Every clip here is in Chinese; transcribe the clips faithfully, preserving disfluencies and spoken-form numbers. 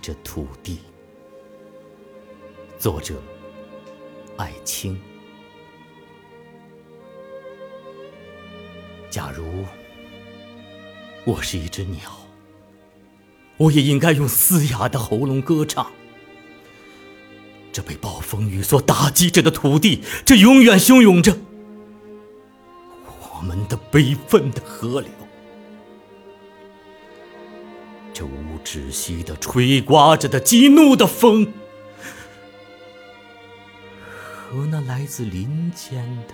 着土地。作者：艾青。假如我是一只鸟，我也应该用嘶哑的喉咙歌唱。这被暴风雨所打击着的土地，这永远汹涌着我们的悲愤的河流，这无止息的吹刮着的激怒的风，和那来自林间的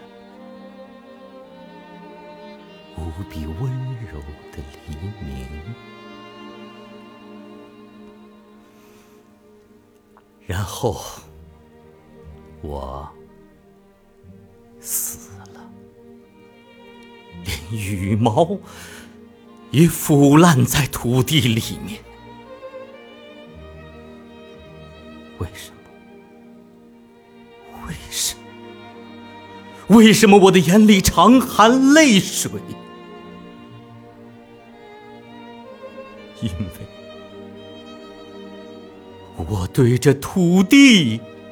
无比温柔的黎明。然后我死了，连羽毛也腐烂在土地里面。为什么？为什么？为什么我的眼里常含泪水？因为我对着土地